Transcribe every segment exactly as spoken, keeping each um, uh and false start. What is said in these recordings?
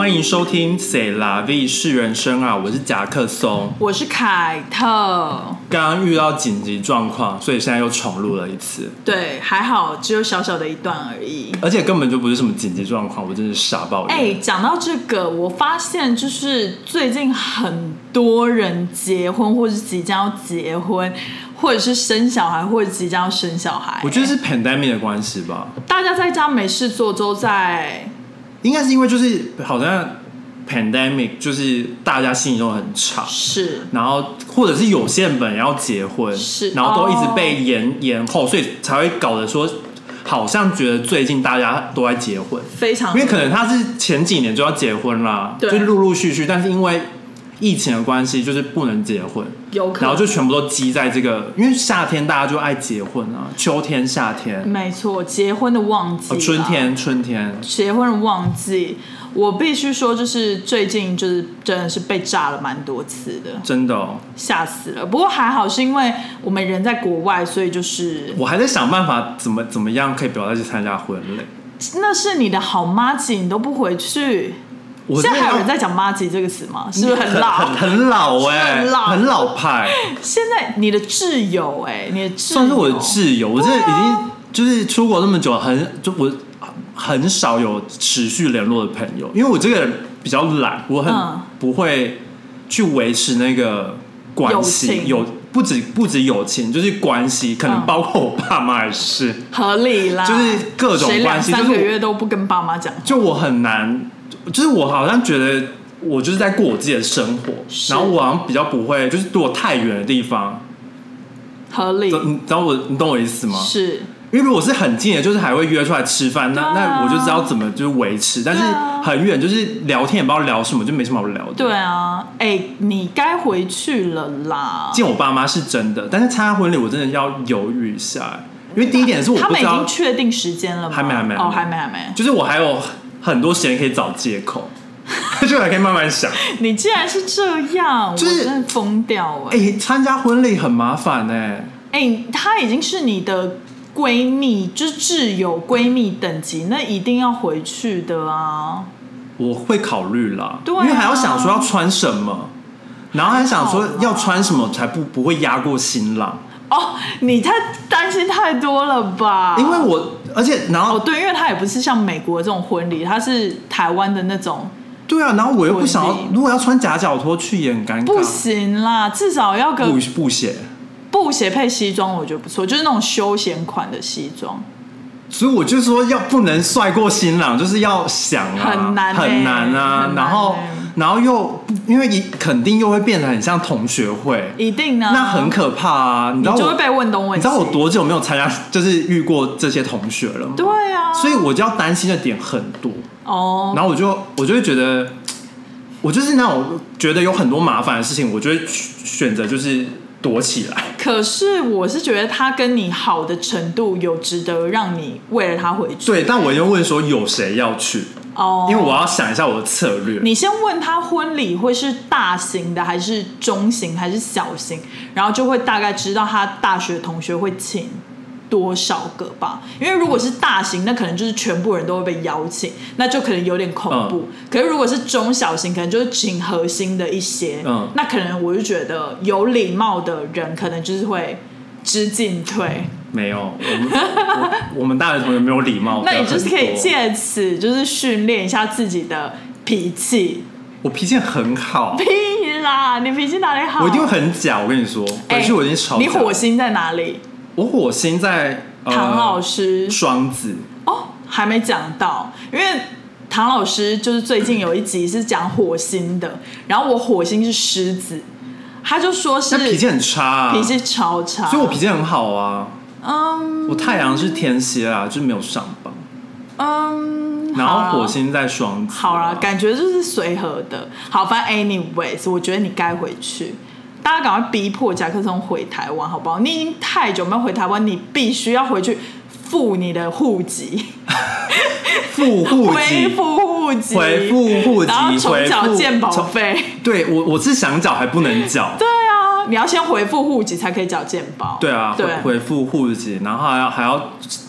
欢迎收听《C'est la vie 是人生》啊，我是夹克松， 我是凯特。 刚刚遇到紧急状况，所以现在又重录了一次。 对，还好只有小小的一段而已， 而且根本就不是什么紧急状况，我真是傻爆眼。 哎，讲到这个，我发现就是最近很多人结婚，或者是即将要结婚，或者是生小孩，或者即将要生小孩。 我觉得是 pandemic 的关系吧。 大家在家没事做，都在。 应该是因为就是好像 pandemic 就是大家心里都很吵， 是， 然后或者是有些人本来要结婚， 是， 然后都一直被延、哦、延后，所以才会搞得说好像觉得最近大家都在结婚， 非常， 因为可能他是前几年就要结婚啦，就陆陆续续，但是因为疫情的关系，就是不能结婚， 有可能， 然后就全部都积在这个，因为夏天大家就爱结婚啊，秋天、夏天， 没错，结婚的旺季、哦， 春天、春天， 结婚的旺季。我必须说，就是最近就是真的是被炸了蛮多次的， 真的哦， 吓死了。不过还好是因为我们人在国外，所以就是我还在想办法怎么怎么样可以不要再去参加婚礼。 那是你的好妈吉，你都不回去。现在还有人在讲妈吉这个词吗？是不是很老？ 很很老哎、欸， 很老， 很老派。 现在你的挚友哎、欸，你的挚友算是我的挚友，我真的已经就是出国那么久，很就我。很少有持续联络的朋友，因为我这个人比较懒，我很不会去维持那个关系，有不止不止友情，就是关系，可能包括我爸妈也是， 合理啦， 就是各种关系， 谁两三个月都不跟爸妈讲， 就我很难，就是我好像觉得我就是在过我自己的生活，然后我好像比较不会，就是离我太远的地方， 合理， 你知道我，你懂我意思吗？ 是。 因为如果是很近的，就是还会约出来吃饭，那、啊、那我就知道怎么就是维持。但是很远，就是聊天也不知道聊什么，就没什么好聊的。 对啊，哎、欸，你该回去了啦。 见我爸妈是真的，但是参加婚礼我真的要犹豫一下，因为第一点是我不知道他们已经确定时间了吗？ 还没，还没， 哦，还没，还没。 就是我还有很多时间可以找借口，就还可以慢慢想。 你既然是这样， 就是、 我真的疯掉哎、 欸！参加婚礼很麻烦哎、欸， 哎、欸，他已经是你的。闺蜜就是挚友闺蜜等级，那一定要回去的啊！ 我会考虑啦， 对啊， 因为还要想说要穿什么，然后还想说要穿什么才不不会压过新郎。 哦，你太担心太多了吧？ 因为我而且然后哦对，因为他也不是像美国这种婚礼，他是台湾的那种。 对啊，然后我又不想要，如果要穿夹脚拖去也很尴尬。 不行啦，至少要个布布鞋。 布鞋配西装我觉得不错，就是那种休闲款的西装。 所以我就说要不能帅过新郎，就是要想啊， 很难、欸、 很难啊。 很难欸、 然后然后又因为肯定又会变得很像同学会， 一定啊， 那很可怕啊。你知道我你就会被问东问西。 你知道我多久没有参加，就是遇过这些同学了吗？ 对啊， 所以我就要担心的点很多哦。 然后我就我就会觉得，我就是那种觉得有很多麻烦的事情，我就会选择就是躲起来。 可是我是觉得他跟你好的程度有值得让你为了他回去。 对，但我就问说有谁要去哦，因为我要想一下我的策略。 你先问他婚礼会是大型的还是中型还是小型，然后就会大概知道他大学同学会请多少个吧。因为如果是大型，那可能就是全部人都会被邀请，那就可能有点恐怖、嗯、可是如果是中小型，可能就是请核心的一些、嗯、那可能我就觉得有礼貌的人可能就是会知进退。 没有，我们我, 我们大学同学没有礼貌。 那你就是可以借此就是训练一下自己的脾气。 我脾气很好。 屁啦，你脾气哪里好？ 我一定会很假，我跟你说，回去我已经吵、欸。 你火星在哪里？ 我火星在、呃、 唐老师双子。 哦，还没讲到，因为唐老师就是最近有一集是讲火星的，然后我火星是狮子，他就说是脾气很差、啊， 脾气超差， 所以我脾气很好啊。 嗯， 我太阳是天蝎啊，就是没有上榜。 嗯， 然后火星在双子、啊。 好啦，感觉就是随和的。好，反正 anyways， 我觉得你该回去。大家赶快逼迫夹克松回台湾，好不好？你已经太久没有回台湾，你必须要回去付你的户籍， 付户籍， 恢复户籍， 回复户籍， 然后重缴健保费。对， 我我是想缴还不能缴。 对啊，你要先回复户籍才可以缴健保。 对啊，对，回复户籍，然后还要还要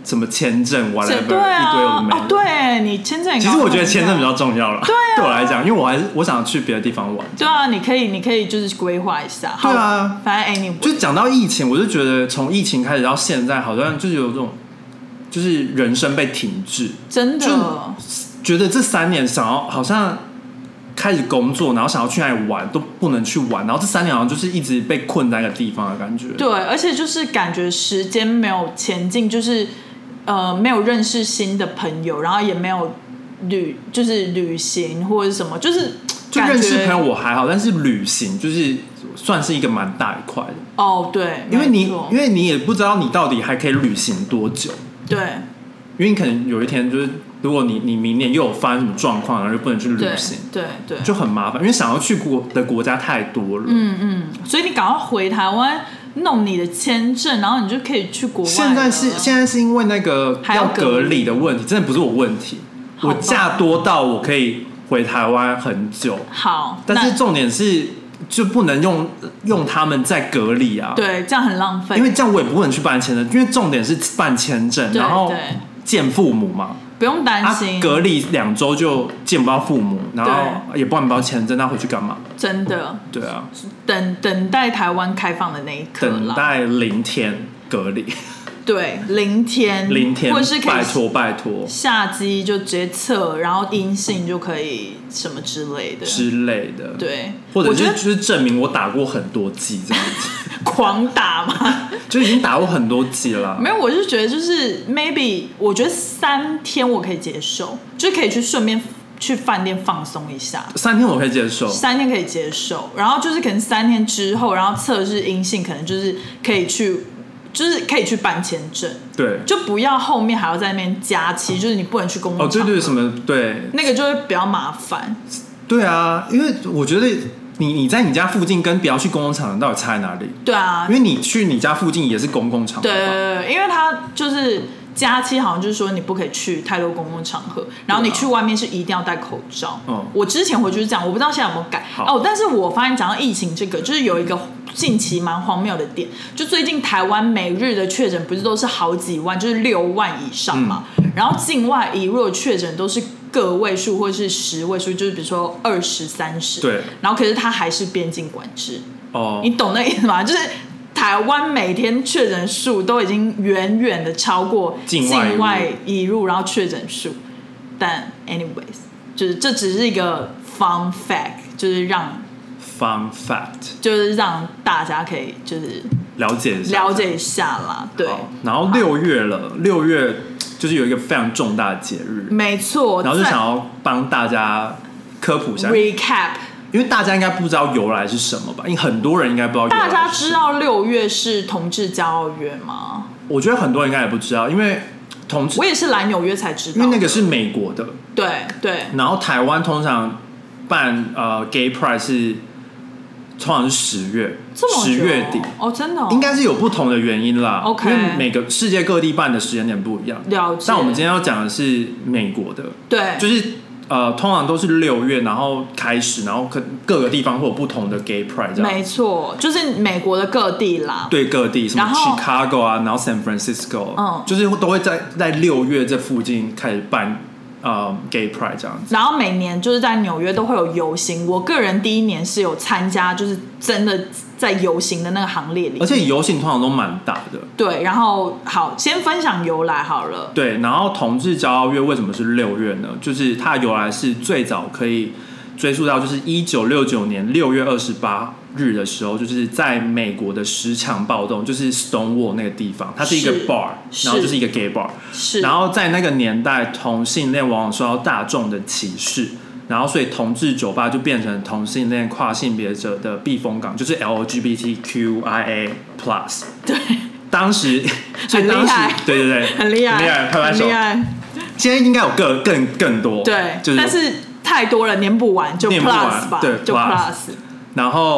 什么签证 whatever 对、啊、 一堆有的没的、 哦、对，你签证也其实我觉得签证比较重要了， 对啊， 对我来讲，因为我还是我想去别的地方玩。 对啊，你可以你可以就是规划一下。 对啊， 反正 anyway 就讲到疫情，我就觉得从疫情开始到现在，好像就是有这种就是人生被停滞， 真的觉得这三年想要好像开始工作，然后想要去哪里玩都不能去玩，然后这三年好像就是一直被困在一个地方的感觉。 对，而且就是感觉时间没有前进，就是呃没有认识新的朋友，然后也没有旅就是旅行或者什么，就是就认识朋友我还好，但是旅行就是算是一个蛮大一块的。 哦，对， 因为你因为你也不知道你到底还可以旅行多久。 对， 因为你可能有一天就是，如果你你明年又有发生什么状况，然后就不能去旅行， 对 对, 对， 就很麻烦。因为想要去国的国家太多了， 嗯嗯，所以你赶快回台湾弄你的签证，然后你就可以去国外了。 现在是现在是因为那个要隔离的问题，真的不是我问题。我假多到我可以回台湾很久， 好， 但是重点是就不能用用他们在隔离啊， 对，这样很浪费。 因为这样我也不能去办签证，因为重点是办签证，然后见父母嘛， 不用担心、 啊、隔离两周就见不到父母，然后也不能包签证，那回去干嘛？ 真的， 对啊， 等等待台湾开放的那一刻， 等待零天隔离。 对，零天， 零天， 或者是可以拜托拜托， 下机就直接测，然后阴性就可以什么之类的之类的， 对， 或者是就是证明我打过很多剂这样子， 狂打嘛， 就已经打过很多剂了。 没有，我就觉得就是 maybe 我觉得三天我可以接受，就可以去顺便去饭店放松一下。 三天我可以接受， 三天可以接受，然后就是可能三天之后，然后测试阴性，可能就是可以去。就是可以去办签证， 对， 就不要后面还要在那边加期，就是你不能去公共场合， 哦，对对，什么对， 那个就会比较麻烦。 对啊，因为我觉得你你在你家附近跟不要去公共场合到底差在哪里？ 对啊， 因为你去你家附近也是公共场合， 对对对，因为它就是加期，好像就是说你不可以去太多公共场合，然后你去外面是一定要戴口罩。嗯，我之前回去是这样，我不知道现在有没有改哦。但是我发现讲到疫情这个，就是有一个近期蛮荒谬的点，就最近台湾每日的确诊不是都是好几万，就是六万以上嘛，嗯、然后境外移入的确诊都是个位数或是十位数，就是比如说二十、三十， 对， 然后可是它还是边境管制。 哦， 你懂那意思吗？就是台湾每天确诊数都已经远远的超过境外移入，然后确诊数。但 anyways， 就是这只是一个 fun fact， 就是让 fun fact， 就是让大家可以就是了解一下了解一下啦。对， 然后六月了，六月就是有一个非常重大的节日， 没错， 然后就想要帮大家科普一下 recap。 因为大家应该不知道由来是什么吧？因为很多人应该不知道由来是什么。 大家知道六月是同志骄傲月吗？ 我觉得很多人应该也不知道，因为同志， 我也是来纽约才知道， 因为那个是美国的。 对对。 然后台湾通常办呃 Gay Pride 是通常是十月，十月底哦，真的、哦， 应该是有不同的原因啦。 OK， 因为每个世界各地办的时间点不一样。 了解。 但我们今天要讲的是美国的， 对， 就是。呃，通常都是六月，然后开始，然后可各个地方会有不同的 Gay Pride， 这样。没错，就是美国的各地啦。 对，各地，什么 Chicago 啊，然后 San Francisco， 嗯，就是都会在在六月这附近开始办呃 Gay Pride 这样子。 然后每年就是在纽约都会有游行，我个人第一年是有参加，就是真的在游行的那个行列里， 而且游行通常都蛮大的。 对，然后好，先分享由来好了。 对，然后同志骄傲月为什么是六月呢？就是它的由来是最早可以追溯到就是一九六九年六月二十八日的时候，就是在美国的十强暴动，就是 Stonewall 那个地方，它是一个 bar， 然后就是一个 gay bar， 是，然后在那个年代同性恋往往受到大众的歧视。然后，所以同志酒吧就变成同性恋跨性别者的避风港，就是 L G B T Q I A plus。 对， 当时，所以当时，对对对， 很厉害， 很厉害，拍拍手。 很厉害。 现在应该有更更更多， 对， 就是， 但是太多了，念不完，就 plus 吧， 对， 就 plus。 然后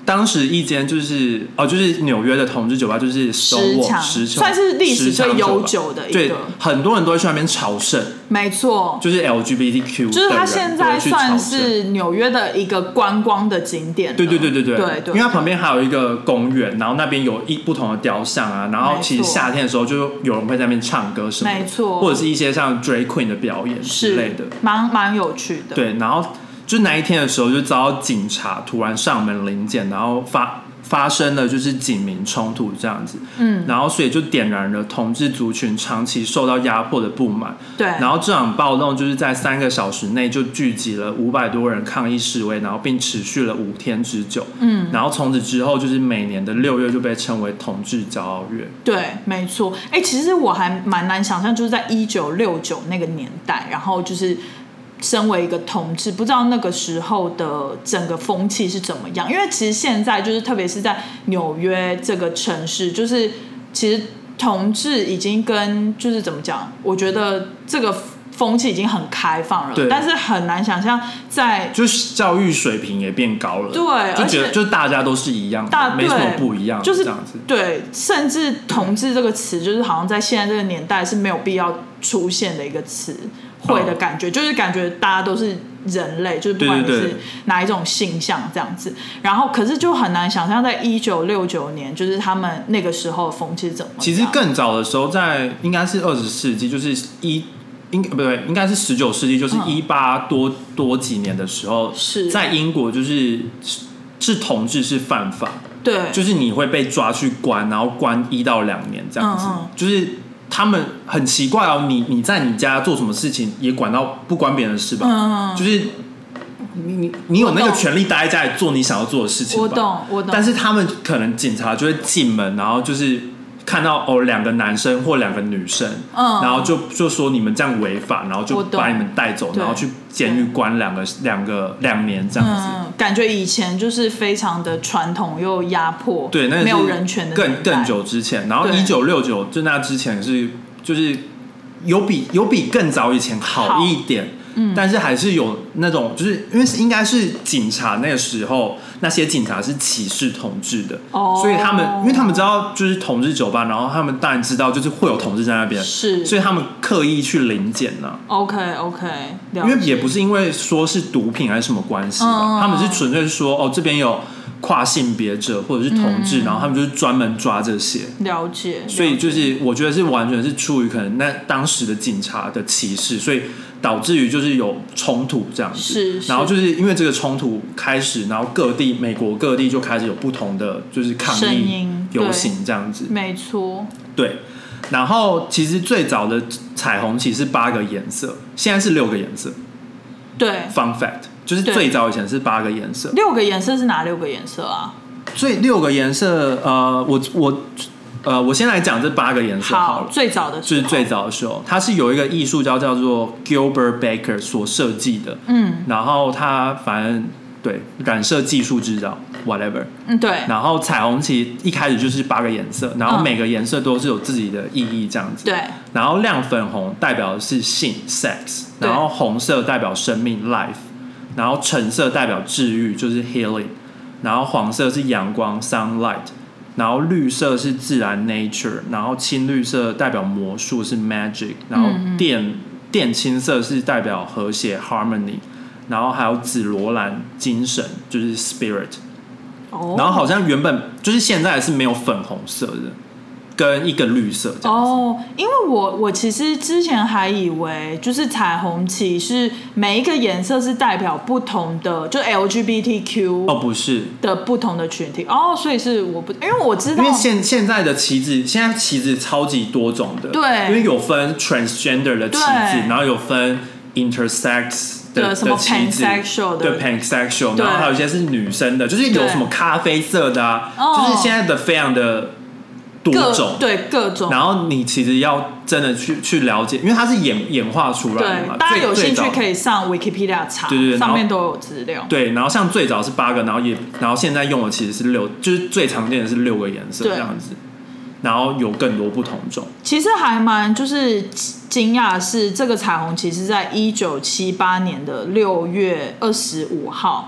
当时一间就是哦，就是纽约的同志酒吧，就是十强，算是历史最悠久的一个， 对，很多人都会去那边朝圣。 没错， 就是 L G B T Q， 就是它现在算是纽约的一个观光的景点。 对对对对对对对， 因为它旁边还有一个公园，然后那边有一不同的雕像啊，然后其实夏天的时候就有人会在那边唱歌什么的， 没错， 或者是一些像 Drag Queen 的表演之类的， 蛮蛮有趣的。 对，然后就那一天的时候，就遭到警察突然上门临检，然后发发生了就是警民冲突这样子，嗯，然后所以就点燃了同志族群长期受到压迫的不满， 对， 然后这场暴动就是在三个小时内就聚集了五百多人抗议示威，然后并持续了五天之久，嗯，然后从此之后就是每年的六月就被称为同志骄傲月。 对，没错，哎、欸，其实我还蛮难想象，就是在一九六九那个年代，然后就是身为一个同志，不知道那个时候的整个风气是怎么样。因为其实现在就是特别是在纽约这个城市，就是其实同志已经跟就是怎么讲，我觉得这个风气已经很开放了，但是很难想象在就是教育水平也变高了， 对， 就觉得就大家都是一样的，没什么不一样， 就是这样子。 对，甚至同志这个词，就是好像在现在这个年代是没有必要出现的一个词汇的感觉，哦、就是感觉大家都是人类，就是不管你是哪一种性向这样子。然后，可是就很难想象，在一九六九年，就是他们那个时候的风气怎么样。 其实更早的时候，在应该是二十世纪，就是一。应不对，应该是十九世纪，就是一八多、嗯、多几年的时候， 是在英国就是是同志是犯法， 对， 就是你会被抓去关，然后关一到两年这样子，嗯嗯就是他们很奇怪哦，你你在你家做什么事情也管到不关别人的事吧，嗯嗯就是你你你有那个权利待在家里做你想要做的事情吧， 我懂我懂， 但是他们可能警察就会进门，然后就是。看到哦，两个男生或两个女生，嗯，然后就就说你们这样违法，然后就把你们带走，然后去监狱关两个两个两年这样子。 嗯，感觉以前就是非常的传统又压迫， 对，那没有人权的更更久之前，然后一九六九就那之前是就是有比有比更早以前好一点。嗯，但是还是有那种，就是因为是应该是警察那个时候，那些警察是歧视同志的，哦，所以他们因为他们知道就是同志酒吧，然后他们当然知道就是会有同志在那边， 是， 所以他们刻意去临检呢。 OK OK， 因为也不是因为说是毒品还是什么关系吧，嗯，他们是纯粹说哦这边有跨性别者或者是同志，嗯，然后他们就是专门抓这些。 了解。 所以就是我觉得是完全是出于可能那当时的警察的歧视，所以。导致于就是有冲突这样子， 是是， 然后就是因为这个冲突开始，然后各地美国各地就开始有不同的就是抗议游行这样子， 没错， 对。然后其实最早的彩虹旗是八个颜色，现在是六个颜色。 对 ，Fun fact 就是最早以前是八个颜色， 六个颜色是哪六个颜色啊？ 最六个颜色，呃，我我。呃，我先来讲这八个颜色好了。 好，最早的时候就是最早的时候，它是有一个艺术家叫做 Gilbert Baker 所设计的。嗯，然后他反正对染色技术知道 whatever。 嗯，对。 然后彩虹旗一开始就是八个颜色，然后每个颜色都是有自己的意义这样子。 对。 然后亮粉红代表的是性 sex， 然后红色代表生命 life， 然后橙色代表治愈就是 healing， 然后黄色是阳光 sunlight。然后绿色是自然 nature， 然后青绿色代表魔术是 magic， 然后靛靛青色是代表和谐 harmony， 然后还有紫罗兰精神就是 spirit，哦，然后好像原本就是现在是没有粉红色的。跟一个绿色这样子哦，因为我我其实之前还以为就是彩虹旗是每一个颜色是代表不同的，就 L G B T Q 哦不是的不同的群体哦，所以是我不因为我知道， 因为现现在的旗子现在旗子超级多种的， 对， 因为有分 transgender 的旗子，然后有分 intersex。的什么 pansexual 的， 对 pansexual， 然后还有一些是女生的，就是有什么咖啡色的啊，就是现在的非常的。多种对各种， 然后你其实要真的去去了解，因为它是演演化出来的嘛。 大家有兴趣可以上 Wikipedia 查， 对对对， 上面都有资料。 对，然后像最早是八个，然后也然后现在用的其实是六，就是最常见的是六个颜色这样子，然后有更多不同种。 其实还蛮就是惊讶的是，这个彩虹旗是在一九七八年的六月二十五号。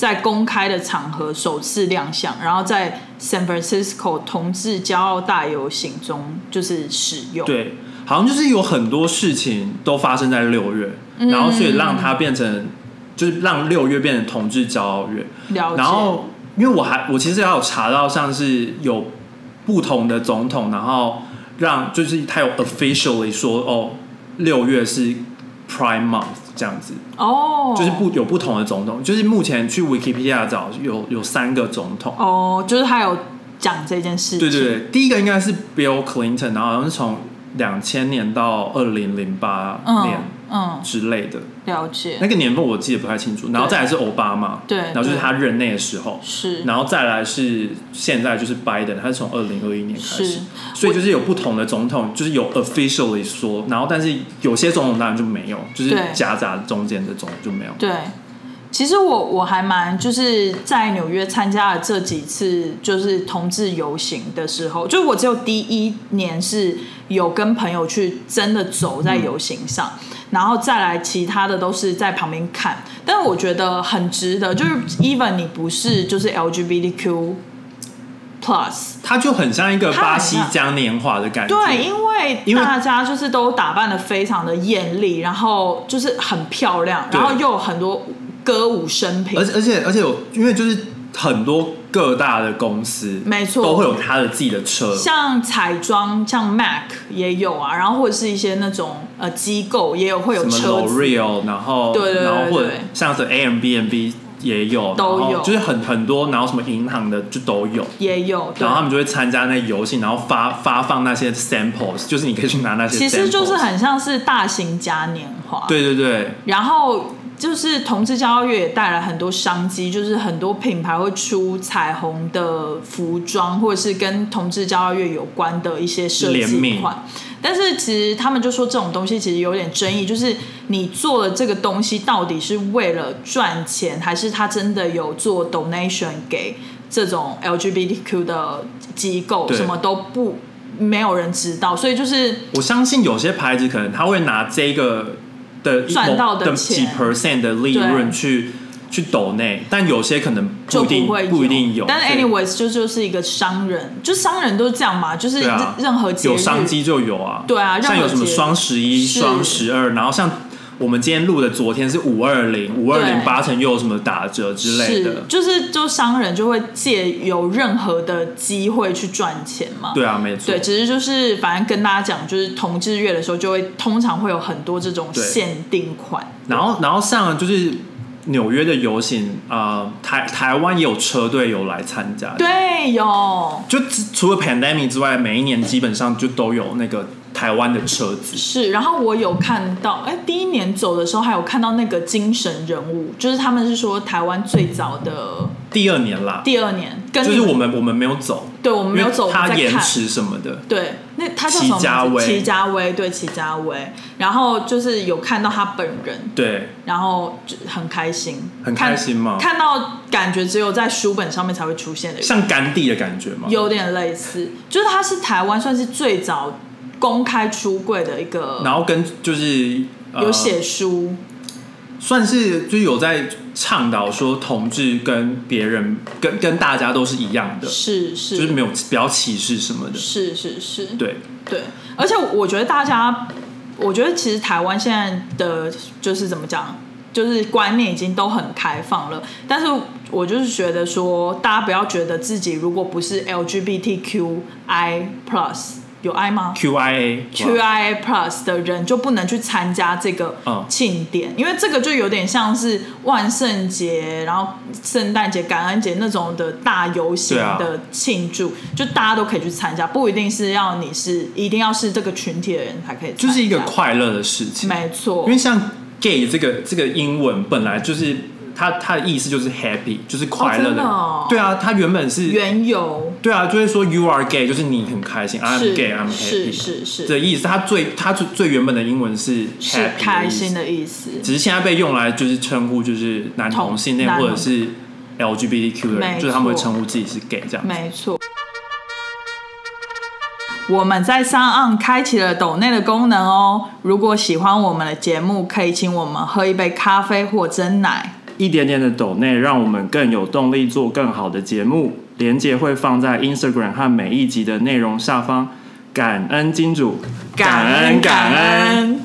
在公开的场合首次亮相，然后在 San Francisco 同志骄傲大游行中就是使用。 对，好像就是有很多事情都发生在六月，嗯、然后所以让它变成就是让六月变成同志骄傲月。 了解。 然后因为我还我其实还有查到像是有不同的总统，然后让就是他有 officially 说哦六月是 Pride Month 这样子哦， oh. 就是不有不同的总统，就是目前去 Wikipedia 找有有三个总统哦， oh, 就是他有讲这件事情。 对对对，第一个应该是 Bill Clinton， 然后好像是从两千年到二零零八年嗯之类的， 了解。 那个年份我记得不太清楚。然后再来是奥巴马， 对， 然后就是他任内的时候， 是。 然后再来是现在就是 Biden， 他是从二零二一年开始，所以就是有不同的总统，就是有 officially 说，然后但是有些总统当然就没有，就是夹杂中间的总统就没有。 对。其实我我还蛮就是在纽约参加了这几次就是同志游行的时候，就我只有第一年是有跟朋友去真的走在游行上，嗯、然后再来其他的都是在旁边看，但是我觉得很值得，就是 even 你不是就是 L G B T Q plus， 它就很像一个巴西嘉年华的感觉。 对，因为大家就是都打扮得非常的艳丽，然后就是很漂亮，然后又有很多歌舞升平， 而且而且而且有，因为就是很多各大的公司， 没错， 都会有他的自己的车， 像彩妆，像 Mac 也有啊，然后或者是一些那种呃机构也有会有车子， 什么 L'Oreal， 然后对对对对， 然后或者像是 Airbnb 也有， 都有， 就是很很多，然后什么银行的就都有， 也有， 然后他们就会参加那游戏，然后发发放那些 samples， 就是你可以去拿那些 samples， 其实就是很像是大型嘉年华， 对对对， 然后。就是同志骄傲月也带来很多商机，就是很多品牌会出彩虹的服装，或者是跟同志骄傲月有关的一些设计款。但是其实他们就说这种东西其实有点争议，就是你做的这个东西到底是为了赚钱，还是他真的有做 donation 给这种 L G B T Q 的机构，什么都不没有人知道。所以就是我相信有些牌子可能他会拿这个。 赚到的钱几 percent 的利润去去抖内，但有些可能不一定不一定有。 但是 anyways 就就是一个商人，就商人都是这样嘛，就是任何节日、 啊、有商机就有啊。 对啊， 像有什么双十一、双十二，然后像我们今天录的昨天是五二零，五二零八成又有什么打折之类的， 就是就商人就会借有任何的机会去赚钱嘛。 对啊，没错。 对，只是就是反正跟大家讲，就是同志月的时候，就会通常会有很多这种限定款。 然后，然后像就是纽约的游行，呃，台台湾也有车队有来参加。 对，有。 就除了 pandemic 之外，每一年基本上就都有那个。台湾的车子是，然后我有看到，哎，第一年走的时候还有看到那个精神人物，就是他们是说台湾最早的第二年啦， 第二年，跟就是我们我们没有走， 对，我们没有走， 他延迟什么的， 对，那他叫什么？ 齐家威， 齐家威，对，齐家威，然后就是有看到他本人， 对， 然后就很开心， 很开心吗？ 看到感觉只有在书本上面才会出现的， 像甘地的感觉吗？ 有点类似，就是他是台湾算是最早。公开出柜的一个， 然后跟就是、 呃、有写书， 算是就是有在倡导说同志跟别人跟跟大家都是一样的， 是是， 就是没有不要歧视什么的， 是是是， 对对，而且我觉得大家，我觉得其实台湾现在的就是怎么讲，就是观念已经都很开放了，但是我就是觉得说，大家不要觉得自己如果不是 L G B T Q I plus。有 I 吗 ？Q I A Q I A Plus 的人就不能去参加这个庆典，嗯、因为这个就有点像是万圣节，然后圣诞节、感恩节那种的大游行的庆祝，啊、就大家都可以去参加，不一定是要你是一定要是这个群体的人才可以参加， 就是一个快乐的事情。 没错， 因为像 gay 这个这个英文本来就是。它它的意思就是 happy， 就是快乐的。 哦、 对啊，它原本是缘由。 对啊，就会说 you are gay， 就是你很开心 ，I'm gay， I'm happy， 是是是的意思。它最它最原本的英文是 happy， 是开心的意思。 只是现在被用来就是称呼就是男同性恋或者是 L G B T Q 的人，就是他们会称呼自己是 gay 这样。 没错。我们在SoundOn开启了抖内的功能哦。如果喜欢我们的节目，可以请我们喝一杯咖啡或珍奶。 一点点的抖内，让我们更有动力做更好的节目。连结会放在 Instagram 和每一集的内容下方。感恩金主， 感恩感恩。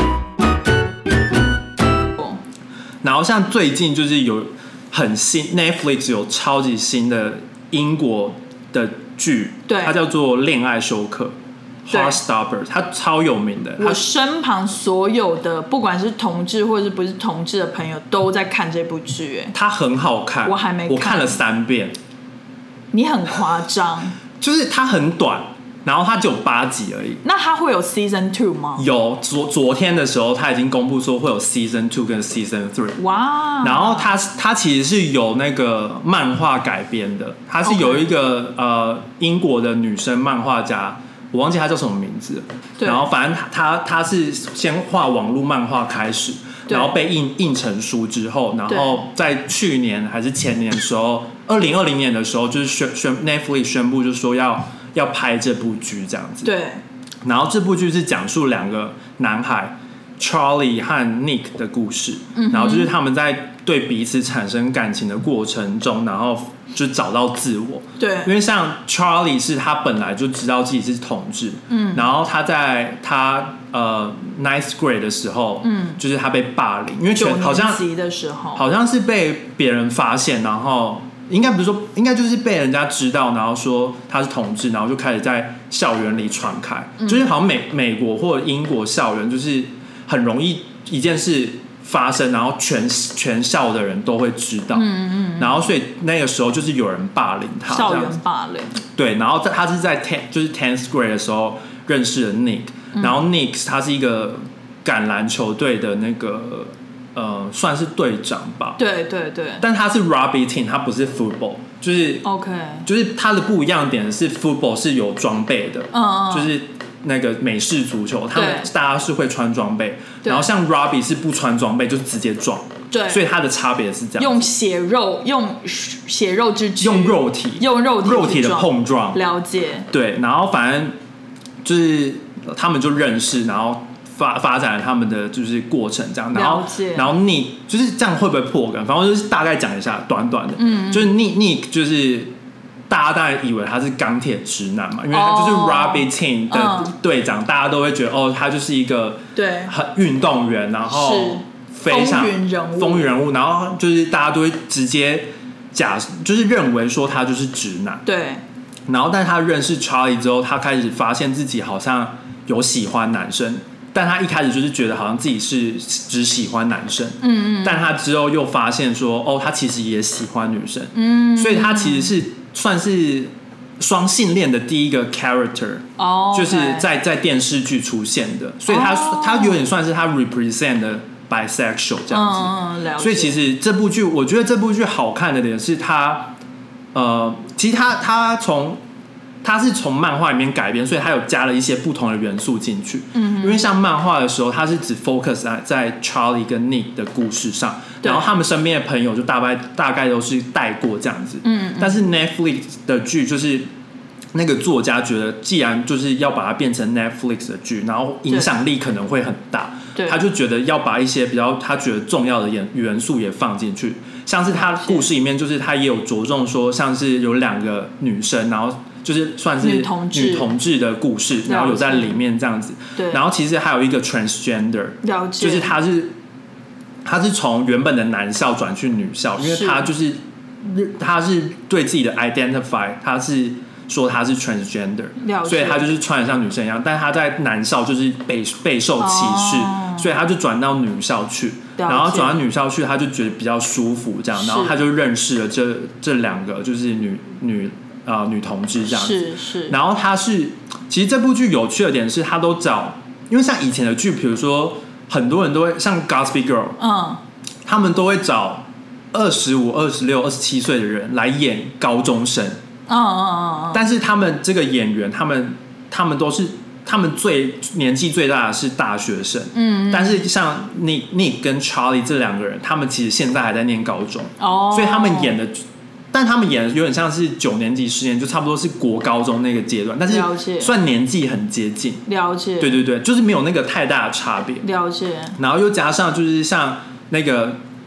然后像最近就是有很新 Netflix 有超级新的英国的剧， 对， 它叫做《恋爱休克》（Heartstopper），它超有名的。 我身旁所有的不管是同志或者不是同志的朋友都在看这部剧，哎， 它很好看， 我还没看， 我看了三遍。 你很夸张， 就是它很短。然后它只有八集而已。 那它会有 season two 吗？ 有，昨昨天的时候，它已经公布说会有 season two 跟 season three。哇！然后它它其实是有那个漫画改编的，它是有一个、okay. 呃英国的女生漫画家，我忘记她叫什么名字了。然后反正她她是先画网络漫画开始，然后被印印成书之后，然后在去年还是前年的时候，二零二零年的时候，就是宣宣 Netflix 宣布就是说要。要拍这部剧这样子， 对。 然后这部剧是讲述两个男孩 Charlie 和 Nick 的故事，嗯、然后就是他们在对彼此产生感情的过程中，然后就找到自我。 对， 因为像 Charlie 是他本来就知道自己是同志，嗯，然后他在他呃 ninth grade 的时候，嗯，就是他被霸凌，因为全好像的时候好像是被别人发现，然后。应该不是说，应该就是被人家知道，然后说他是同志，然后就开始在校园里传开，嗯、就是好像美美国或者英国校园，就是很容易一件事发生，然后全全校的人都会知道，嗯嗯嗯，然后所以那个时候就是有人霸凌他， 校园霸凌， 对，然后他是在 ten 就是 tenth grade 的时候认识了 Nick，、嗯、然后 Nick 他是一个橄榄球队的那个。呃，算是队长吧。 对对对。 但他是 rugby team， 他不是 football， 就是 OK， 就是他的不一样点是 football 是有装备的，嗯嗯，就是那个美式足球，他们大家是会穿装备，然后像 rugby 是不穿装备，就是直接撞。对，所以它的差别是这样， 用血肉，用血肉之躯， 用肉体， 用肉体肉体的碰撞， 了解。 对，然后反正就是他们就认识，然后。发发展了他们的就是过程这样，然后然后 Nick 就是这样会不会破梗？反正就是大概讲一下，短短的，嗯，就是 Nick Nick 就是大家当然以为他是钢铁直男嘛，因为他就是 rugby team 的队长，嗯、大家都会觉得哦，他就是一个对很运动员，然后非常风云人物， 风云人物，然后就是大家都会直接假就是认为说他就是直男， 对， 然后但是他认识 Charlie 之后，他开始发现自己好像有喜欢男生。但他一开始就是觉得好像自己是只喜欢男生，嗯嗯，但他之后又发现说，哦，他其实也喜欢女生，嗯，所以他其实是算是双性恋的第一个 character，哦，就是在在电视剧出现的，所以他、哦、他有点算是他 represent 的 bisexual 这样子， 嗯，了解。 所以其实这部剧，我觉得这部剧好看的点是他，呃，其实他他从。它是从漫画里面改编，所以它有加了一些不同的元素进去。嗯，因为像漫画的时候，它是只 focus 在在 Charlie 跟 Nick 的故事上，然后他们身边的朋友就大概大概都是带过这样子。嗯，但是 Netflix 的剧就是那个作家觉得，既然就是要把它变成 Netflix 的剧，然后影响力可能会很大，他就觉得要把一些比较他觉得重要的元素也放进去。像是他故事里面，就是他也有着重说，像是有两个女生，然后。就是算是女同志, 女同志的故事，然后有在里面这样子。对，然后其实还有一个 transgender， 了解， 就是他是他是从原本的男校转去女校，因为他就是他是对自己的 identify， 他是说他是 transgender， 所以他就是穿得像女生一样，但他在男校就是被备受歧视，哦、所以他就转到女校去，然后转到女校去，他就觉得比较舒服这样，然后他就认识了这这两个就是女女。呃，女同志这样子， 是是。 然后他是，其实这部剧有趣的点是，他都找，因为像以前的剧，比如说很多人都会像 Gossip Girl， 嗯，他们都会找二十五、二十六、二十七岁的人来演高中生，嗯嗯嗯嗯。但是他们这个演员，他们他们都是，他们最年纪最大的是大学生，嗯。但是像 Nick Nick 跟 Charlie 这两个人，他们其实现在还在念高中，哦，所以他们演的。但他们演的有点像是九年级、十年，就差不多是国高中那个阶段，但是算年纪很接近。 了解。 对对对，就是没有那个太大的差别。 了解。 然后又加上就是像那个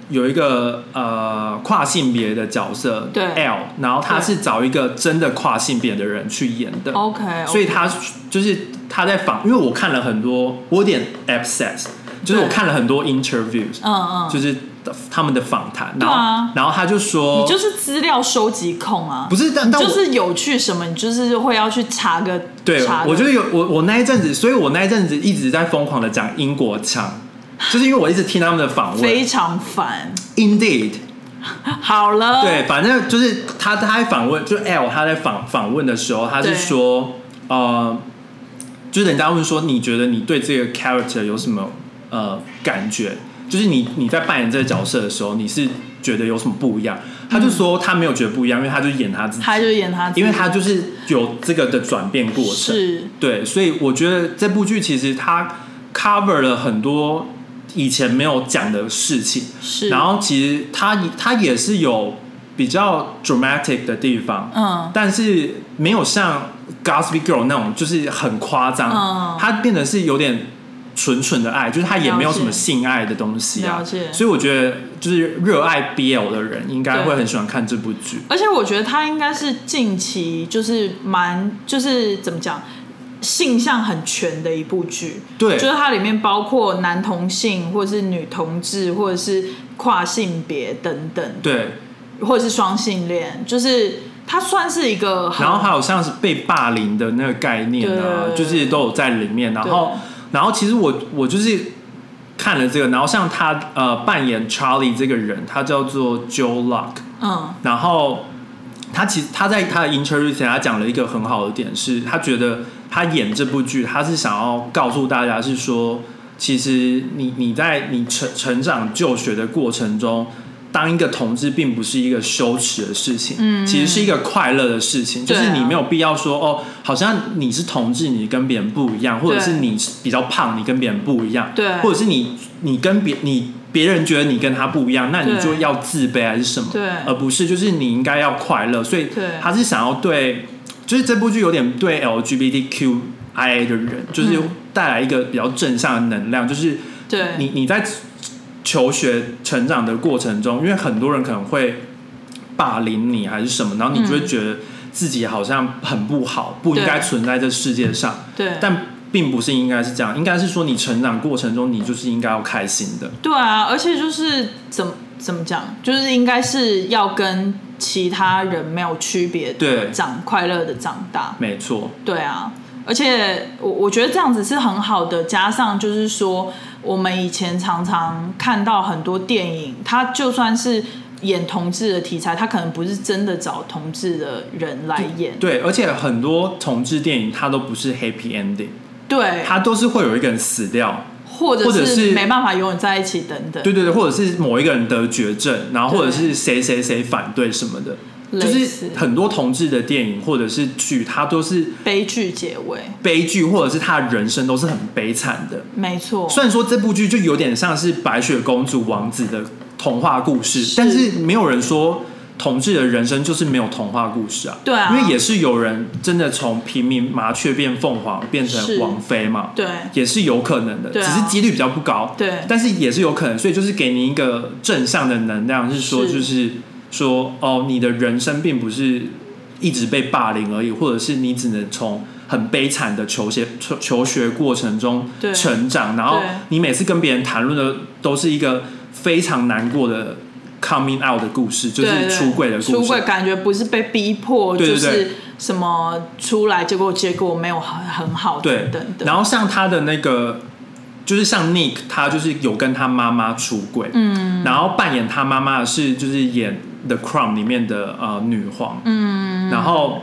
有一个呃跨性别的角色， 对 L， 然后他是找一个真的跨性别的人去演的 ，OK，, okay. 所以他就是他在访，因为我看了很多，我有点 obsessed， 就是我看了很多 interviews， 嗯嗯， 就是他们的访谈，然后、 啊、 然后他就说， 你就是资料收集控啊， 不是，但但就是有趣什么，你就是会要去查个， 对， 查我觉得有我我那一阵子，所以我那一阵子一直在疯狂的讲英国腔。就是因为我一直听他们的访问， 非常烦。 Indeed， 好了， 对，反正就是他他在访问，就 L 他在访访问的时候，他是说，呃，就是人家问说，你觉得你对这个 character 有什么呃感觉？就是你你在扮演这个角色的时候，你是觉得有什么不一样？他就说他没有觉得不一样，因为他就演他自己， 他就演他自己， 因为他就是有这个的转变过程， 是， 对，所以我觉得这部剧其实它 cover 了很多以前没有讲的事情， 是， 然后其实它它也是有比较 dramatic 的地方， 嗯， 但是没有像 Gossip Girl 那种就是很夸张， 嗯， 它变得是有点纯纯的爱，就是它也没有什么性爱的东西啊，所以我觉得就是热爱 B L 的人应该会很喜欢看这部剧， 而且我觉得它应该是近期就是蛮就是怎么讲。性向很全的一部剧， 对， 就是它里面包括男同性，或者是女同志，或者是跨性别等等， 对， 或者是双性恋，就是它算是一个， 然后还有像是被霸凌的那个概念啊，就是都有在里面。然后，然后其实我我就是看了这个，然后像他呃扮演 Charlie 这个人，他叫做 Joe Luck， 嗯，然后他其实他在他的 interview 前，他讲了一个很好的点是，他觉得。他演这部剧，他是想要告诉大家，是说，其实你你在你成成长就学的过程中，当一个同志并不是一个羞耻的事情，嗯，其实是一个快乐的事情，就是你没有必要说哦，好像你是同志，你跟别人不一样，或者是你比较胖，你跟别人不一样， 对， 或者是你你跟别你别人觉得你跟他不一样，那你就要自卑还是什么？ 对， 而不是就是你应该要快乐，所以他是想要对。就是这部剧有点对 L G B T Q I A 的人，就是带来一个比较正向的能量。就是你你在求学成长的过程中，因为很多人可能会霸凌你还是什么，然后你就会觉得自己好像很不好，不应该存在这世界上。 对， 但并不是应该是这样，应该是说你成长过程中，你就是应该要开心的。 对啊，而且就是怎么怎么讲，就是应该是要跟其他人没有区别的长快乐的长大， 没错。 对啊，而且我我觉得这样子是很好的，加上就是说，我们以前常常看到很多电影，它就算是演同志的题材，它可能不是真的找同志的人来演。 对，而且很多同志电影它都不是 happy ending， 对， 它都是会有一个人死掉。 或者是没办法永远在一起等等， 对对对，或者是某一个人得绝症，然后或者是谁谁谁反对什么的，就是很多同志的电影或者是剧，它都是悲剧结尾， 悲剧或者是他的人生都是很悲惨的， 没错。 虽然说这部剧就有点像是白雪公主王子的童话故事，是但是没有人说。同志的人生就是没有童话故事啊， 对啊， 因为也是有人真的从平民麻雀变凤凰变成王妃嘛， 对， 也是有可能的， 对啊， 只是几率比较不高， 对， 但是也是有可能，所以就是给你一个正向的能量，是说就是说哦，你的人生并不是一直被霸凌而已，或者是你只能从很悲惨的求学求求学过程中成长，然后你每次跟别人谈论的都是一个非常难过的。coming out 的故事就是出柜的故事， 出柜感觉不是被逼迫， 对对对， 就是什么出来结果结果没有很很好等等的。 然后像他的那个，就是像 Nick， 他就是有跟他妈妈出柜，嗯，然后扮演他妈妈的是就是演 The Crown 里面的呃女皇，嗯，然后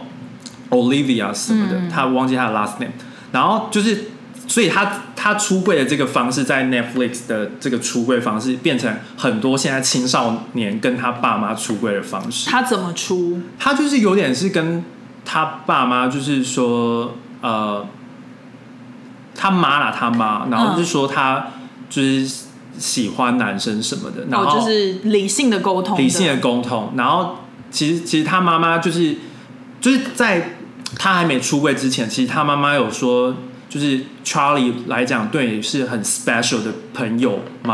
Olivia 什么的，嗯、他忘记他的 last name， 然后就是。所以他他出柜的这个方式，在 Netflix 的这个出柜方式，变成很多现在青少年跟他爸妈出柜的方式。 他怎么出？ 他就是有点是跟他爸妈，就是说，呃，他妈啦，他妈，然后就是说他就是喜欢男生什么的，然后、 哦、就是理性的沟通， 理性的沟通。然后其实其实他妈妈就是就是在他还没出柜之前，其实他妈妈有说。就是 Charlie 来讲，对你是很 special 的朋友吗？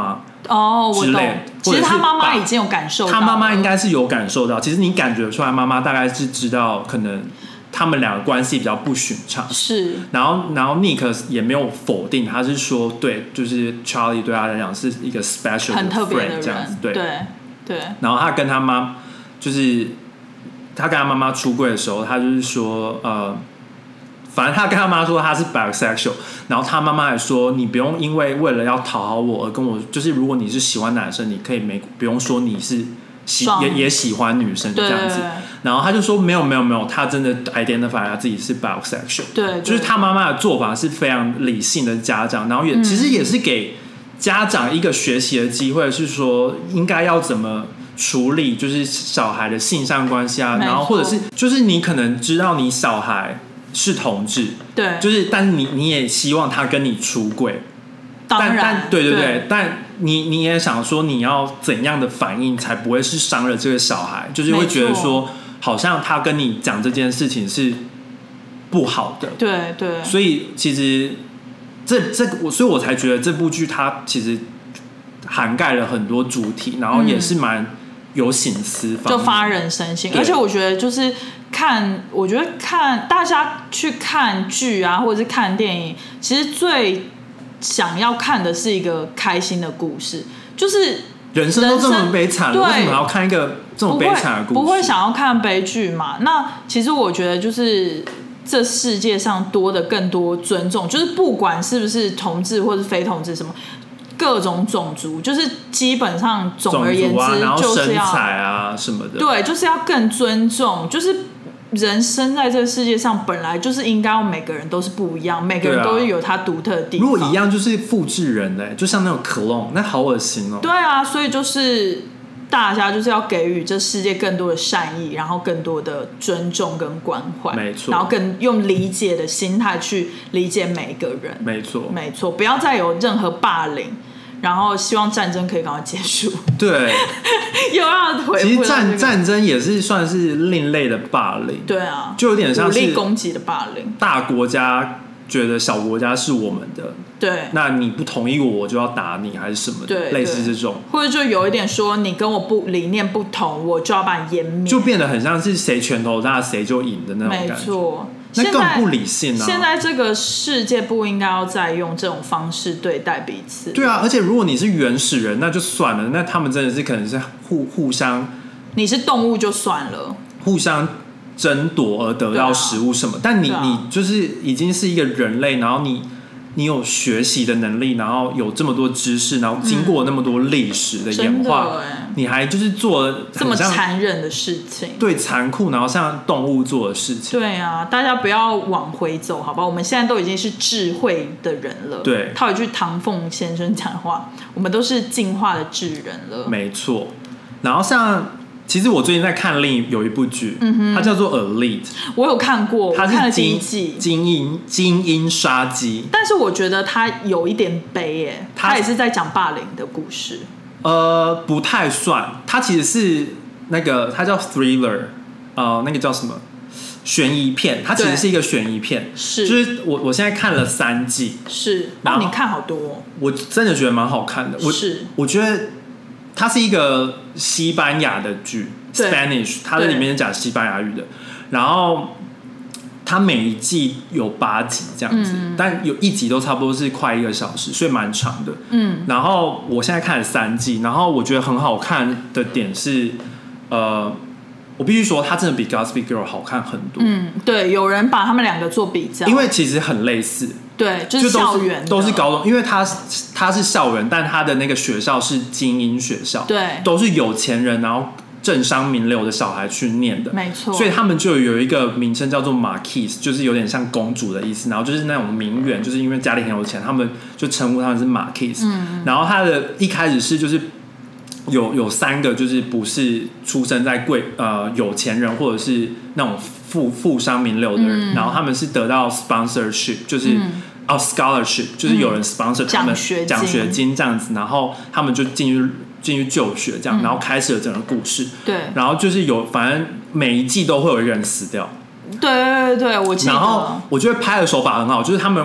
哦，我懂。其实他妈妈已经有感受到了， 他妈妈应该是有感受到。其实你感觉出来，妈妈大概是知道可能他们两个关系比较不寻常。 是。 然后，然后 Nick 也没有否定，他是说，对，就是 Charlie 对他来讲是一个 special 很特别的 friend 这样子，对对对。 然后他跟他妈，就是他跟他妈妈出柜的时候，他就是说，呃。反正他跟他妈说他是 bisexual， 然后他妈妈还说你不用因为为了要讨好我而跟我，就是如果你是喜欢男生，你可以没不用说你是喜也也喜欢女生这样子。然后他就说没有没有没有，他真的 identify 他自己是 bisexual。 对， 就是他妈妈的做法是非常理性的家长，然后也、嗯、其实也是给家长一个学习的机会，是说应该要怎么处理就是小孩的性上关系啊，然后或者是就是你可能知道你小孩是同志， 对， 就是但是你你也希望他跟你出柜， 当然， 但对对 对, 对， 但你你也想说你要怎样的反应才不会是伤了这个小孩，就是会觉得说好像他跟你讲这件事情是不好的， 对对， 所以其实这这我所以我才觉得这部剧它其实涵盖了很多主题，然后也是蛮有省思方面， 就发人深省，而且我觉得就是看，我觉得看大家去看剧啊，或者是看电影，其实最想要看的是一个开心的故事，就是人生都这么悲惨了，为什么要看一个这么悲惨的故事？ 不会，不会想要看悲剧嘛？那其实我觉得就是这世界上多的更多尊重，就是不管是不是同志或是非同志什么。各种种族，就是基本上总而言之， 啊、然后就是要身材啊什么的， 对，就是要更尊重。就是人生在这个世界上，本来就是应该要每个人都是不一样，每个人都有他独特的地方。 如果一样，就是复制人嘞，就像那种 clone， 那好恶心哦。 对啊，所以就是大家就是要给予这世界更多的善意，然后更多的尊重跟关怀， 没错， 然后更用理解的心态去理解每个人， 没错， 没错，不要再有任何霸凌。然后希望战争可以赶快结束。 对， 又要回复、這個。 其实战战争也是算是另类的霸凌。 对啊， 就有点像是武力攻击的霸凌。 大国家觉得小国家是我们的， 对， 那你不同意我，我就要打你，还是什么的， 对， 类似这种， 或者就有一点说你跟我不理念不同，我就要把你湮灭， 就变得很像是谁拳头大谁就赢的那种感觉。 没错。 那更不理性啊！ 现在这个世界不应该要再用这种方式对待彼此。 对啊，而且如果你是原始人，那就算了，那他们真的是可能是互互相， 你是动物就算了， 互相争夺而得到食物什么，啊、但你、啊、你就是已经是一个人类，然后你你有学习的能力，然后有这么多知识，然后经过那么多历史的演化，嗯、你还就是做了这么残忍的事情， 对，残酷，然后像动物做的事情。 对啊，大家不要往回走，好吧？我们现在都已经是智慧的人了。 对， 套一句唐凤先生讲的话，我们都是进化的智人了。 没错。然后像。其实我最近在看另一有一部剧、嗯，它叫做《Elite》， 我有看过， 它是我看了第一季精英精英杀机， 但是我觉得它有一点悲耶，它也是在讲霸凌的故事。 呃，不太算，它其实是那个它叫 Thriller， 呃，那个叫什么悬疑片，它其实是一个悬疑片， 是， 就是我我现在看了三季， 是，然后你看好多、哦， 我真的觉得蛮好看的，我是， 我觉得。它是一个西班牙的剧 ，Spanish， 它在里面讲西班牙语的。然后它每一季有八集这样子、嗯，但有一集都差不多是快一个小时，所以蛮长的。嗯。然后我现在看了三季，然后我觉得很好看的点是，呃，我必须说它真的比 Gossip Girl 好看很多。嗯， 对，有人把他们两个做比较， 因为其实很类似。 对，就是校园都是高中，因为他他是校园，但他的那个学校是精英学校， 对， 都是有钱人，然后政商名流的小孩去念的， 没错。 所以他们就有一个名称叫做 Marquise， 就是有点像公主的意思，然后就是那种名媛，就是因为家里很有钱，他们就称呼他们是 Marquise。嗯，然后他的一开始是就是有有三个就是不是出生在贵呃有钱人或者是那种富富商名流的人、嗯，然后他们是得到 sponsorship， 就是。嗯哦、oh, ，scholarship 就是有人 sponsor 他们奖学金这样子，然后他们就进去进去就学这样、嗯，然后开始了整个故事。对，然后就是有，反正每一季都会有一个人死掉。 对对对对，我记得。 然后我觉得拍的手法很好，就是他们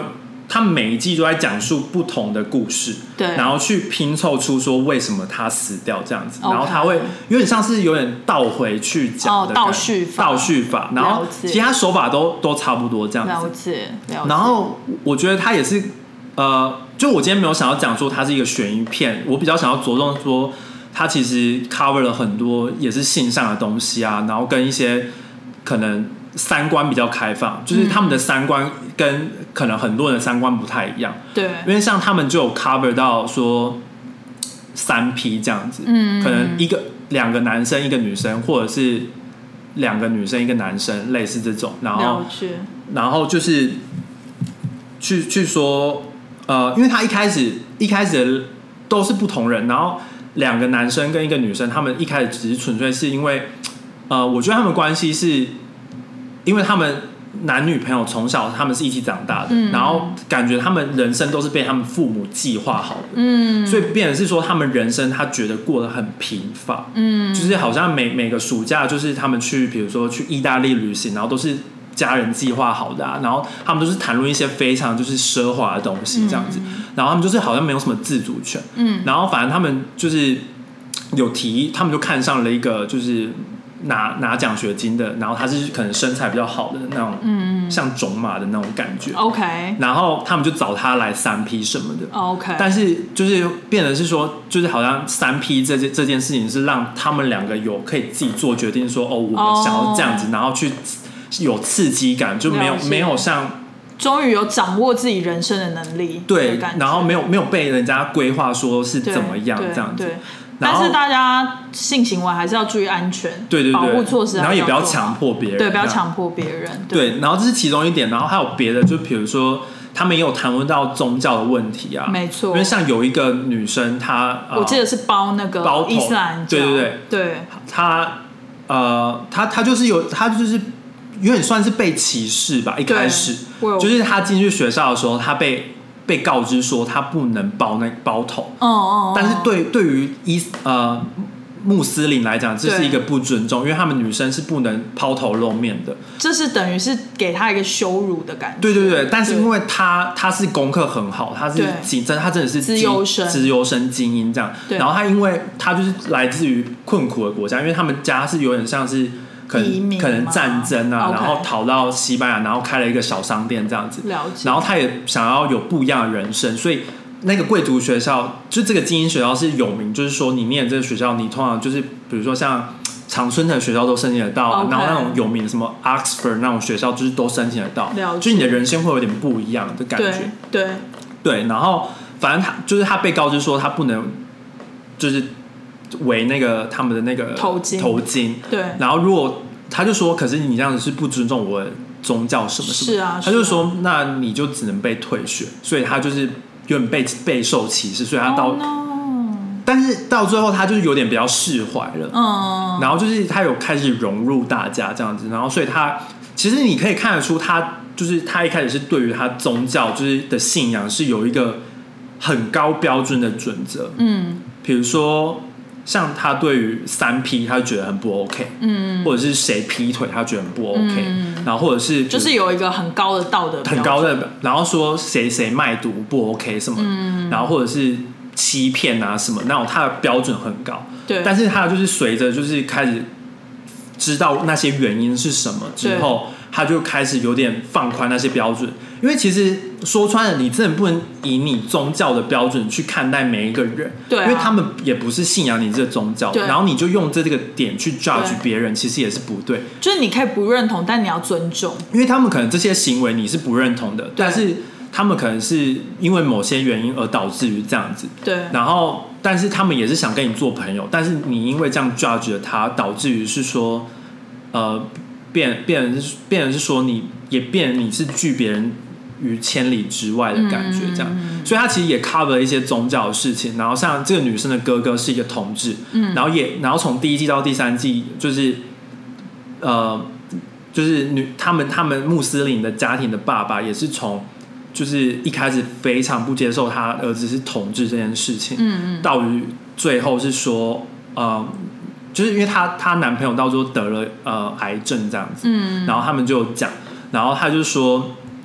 他们每一季都在讲述不同的故事， 对， 然后去拼凑出说为什么他死掉这样子， okay. 然后他会有点像是有点倒回去讲的、 哦、倒叙法， 倒叙法，然后其实他手法都都差不多这样子。 了解，了解。 然后我觉得他也是，呃，就我今天没有想要讲说它是一个悬疑片，我比较想要着重说它其实 cover 了很多也是性上的东西啊，然后跟一些可能。三观比较开放，就是他们的三观跟可能很多人的三观不太一样。 对， 因为像他们就有 cover 到说三 P 这样子，嗯，可能一个两个男生一个女生，或者是两个女生一个男生，类似这种。然后，然后就是去去说，呃，因为他一开始一开始都是不同人，然后两个男生跟一个女生，他们一开始只是纯粹是因为，呃，我觉得他们关系是。因为他们男女朋友从小他们是一起长大的，嗯、然后感觉他们人生都是被他们父母计划好的，嗯，所以变成是说他们人生他觉得过得很贫乏，嗯，就是好像每每个暑假就是他们去，比如说去意大利旅行，然后都是家人计划好的啊，然后他们都是谈论一些非常就是奢华的东西这样子，嗯、然后他们就是好像没有什么自主权，嗯，然后反正他们就是有提，他们就看上了一个就是。拿拿奖学金的，然后他是可能身材比较好的那种，嗯，像种马的那种感觉。 OK， 然后他们就找他来三 P 什么的。 OK， 但是就是变成是说，就是好像三 P 这件这件事情是让他们两个有可以自己做决定说，哦，我们想要这样子， oh. 然后去有刺激感，就没有没有像。 终于有掌握自己人生的能力， 对，然后没有没有被人家规划说是怎么样这样子。 对对但是大家性行为还是要注意安全， 对对对， 保护措施， 然后也不要强迫别人， 对，不要强迫别人， 对, 对。然后这是其中一点，然后还有别的，就比如说他们也有谈论到宗教的问题啊， 没错。 因为像有一个女生，她、呃、 我记得是包那个包伊斯兰教， 对对对对， 她呃，她她就是有，她就是有点算是被歧视吧，一开始就是她进去学校的时候，她被。被告知说他不能包那包头，哦哦，但是对对于伊呃穆斯林来讲，这是一个不尊重，因为他们女生是不能抛头露面的， 这是等于是给他一个羞辱的感觉。 对对对，但是因为他他是功课很好，他是真他真的是资优生， 资优生精英这样，然后他因为他就是来自于困苦的国家，因为他们家是有点像是。可能可能战争啊， okay. 然后逃到西班牙，然后开了一个小商店这样子。 了解。 然后他也想要有不一样的人生，所以那个贵族学校，就这个精英学校是有名，就是说你念这个学校，你通常就是比如说像常春藤学校都申请得到， okay. 然后那种有名的什么 Oxford 那种学校，就是都申请得到。 了解。 就是你的人生会有点不一样的感觉。 对对对，然后反正他就是他被告知说他不能，就是。围那个他们的那个头巾， 头巾， 对。 然后如果他就说，可是你这样子是不尊重我的宗教什么什么， 是啊。 他就说，那你就只能被退学，所以他就是有点被备受歧视，所以他到， oh, no. 但是到最后他就是有点比较释怀了，嗯。然后就是他有开始融入大家这样子，然后所以他其实你可以看得出他，就是他一开始是对于他宗教就是的信仰是有一个很高标准的准则，嗯，比如说。像他对于三 P 他就觉得很不 OK， 嗯，或者是谁劈腿他觉得很不 OK，嗯，然后或者是就是有一个很高的道德标准， 很高的，然后说谁谁卖毒不 OK 什么，嗯，然后或者是欺骗啊什么那种，他的标准很高， 对， 但是他就是随着就是开始知道那些原因是什么之后，他就开始有点放宽那些标准，因为其实说穿了，你真的不能以你宗教的标准去看待每一个人， 对、啊， 因为他们也不是信仰你这个宗教，然后你就用这个点去 judge 别人，其实也是不对。 就是你可以不认同，但你要尊重， 因为他们可能这些行为你是不认同的，但是他们可能是因为某些原因而导致于这样子， 对， 然后但是他们也是想跟你做朋友，但是你因为这样 judge 了他，导致于是说，呃，变变成是变成是说你也变成你是拒别人于千里之外的感觉，这样，嗯、所以他其实也 cover 了一些宗教的事情。然后像这个女生的哥哥是一个同志，嗯、然后也然后从第一季到第三季，就是呃，就是女他们他们穆斯林的家庭的爸爸也是从就是一开始非常不接受他儿子是同志这件事情，嗯嗯，到于最后是说，呃，就是因为她她男朋友到最后得了呃癌症这样子，嗯，然后他们就讲，然后他就说。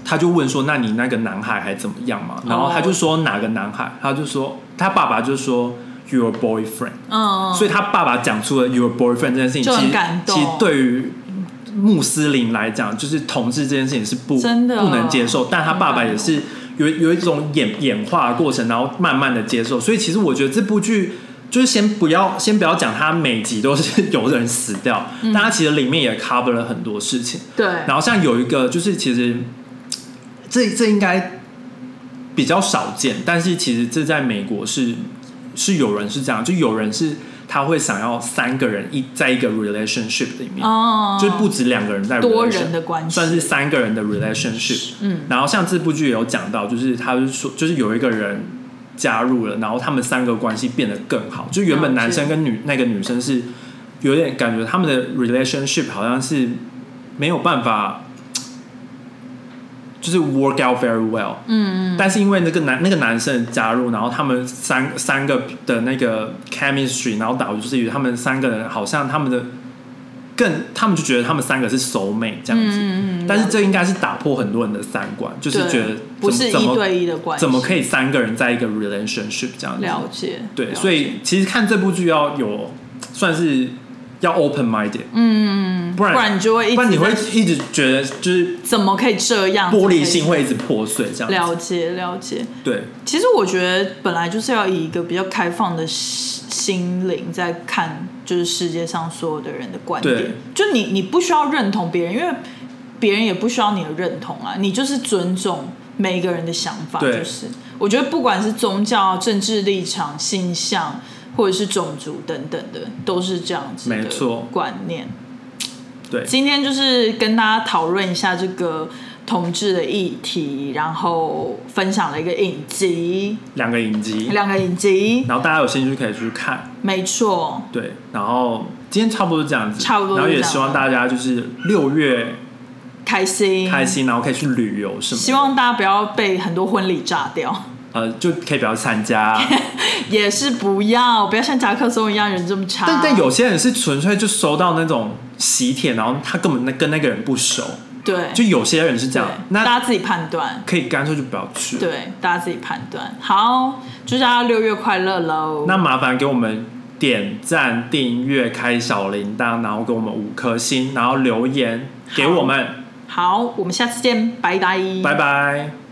他就问说，那你那个男孩还怎么样嘛？然后他就说哪个男孩？他就说他爸爸就说 your boyfriend，嗯，所以他爸爸讲出了 your boyfriend 这件事情， 就很感动。 其实对于穆斯林来讲，就是同志这件事情是不真的不能接受，但他爸爸也是有有一种演演化的过程，然后慢慢的接受。所以其实我觉得这部剧就是先不要先不要讲他每集都是有人死掉，嗯、但他其实里面也 cover 了很多事情。 对， 然后像有一个就是其实。这这应该比较少见，但是其实这在美国是是有人是这样，就有人是他会想要三个人一在一个 relationship 里面，哦、就是不止两个人在 relationship, 多人的关系， 算是三个人的 relationship。嗯，然后像这部剧也有讲到，就是他就说，就是有一个人加入了，然后他们三个关系变得更好，就原本男生跟女那个女生是有点感觉他们的 relationship 好像是没有办法。就是 work out very well， 嗯嗯，但是因为那个男那个男生的加入，然后他们三三个的那个 chemistry， 然后导致于他们三个人好像他们的更，他们就觉得他们三个是 soul mate 这样子，嗯嗯，但是这应该是打破很多人的三观，就是觉得不是一对一的关系， 怎么可以三个人在一个 relationship 这样子？ 了解， 对，所以其实看这部剧要有算是。要 open minded， 嗯，不然不然你就会一直不然你会一直觉得就是怎么可以这样， 玻璃心会一直破碎这样子。 了解了解， 对。 其实我觉得本来就是要以一个比较开放的心灵在看，就是世界上所有的人的观点。就你你不需要认同别人，因为别人也不需要你的认同啊，你就是尊重每一个人的想法。就是我觉得不管是宗教、政治立场、性向。或者是种族等等的，都是这样子的观念。 对， 今天就是跟大家讨论一下这个同志的议题，然后分享了一个影集， 两个影集， 两个影集， 然后大家有兴趣可以去看。 没错， 对，然后今天差不多这样子， 差不多， 然后也希望大家就是六月开心开心，然后可以去旅游什么的。 希望大家不要被很多婚礼炸掉。 呃，就可以不要参加， 也是不要，不要像夹克松一样人这么差。 但但有些人是纯粹就收到那种喜帖，然后他根本跟那个人不熟。 对， 就有些人是这样，那大家自己判断， 可以干脆就不要去。 对，大家自己判断。好，祝大家六月快乐喽！ 那麻烦给我们点赞、订阅、开小铃铛，然后给我们五颗星，然后留言给我们。 好，好，我们下次见，拜拜， 拜拜。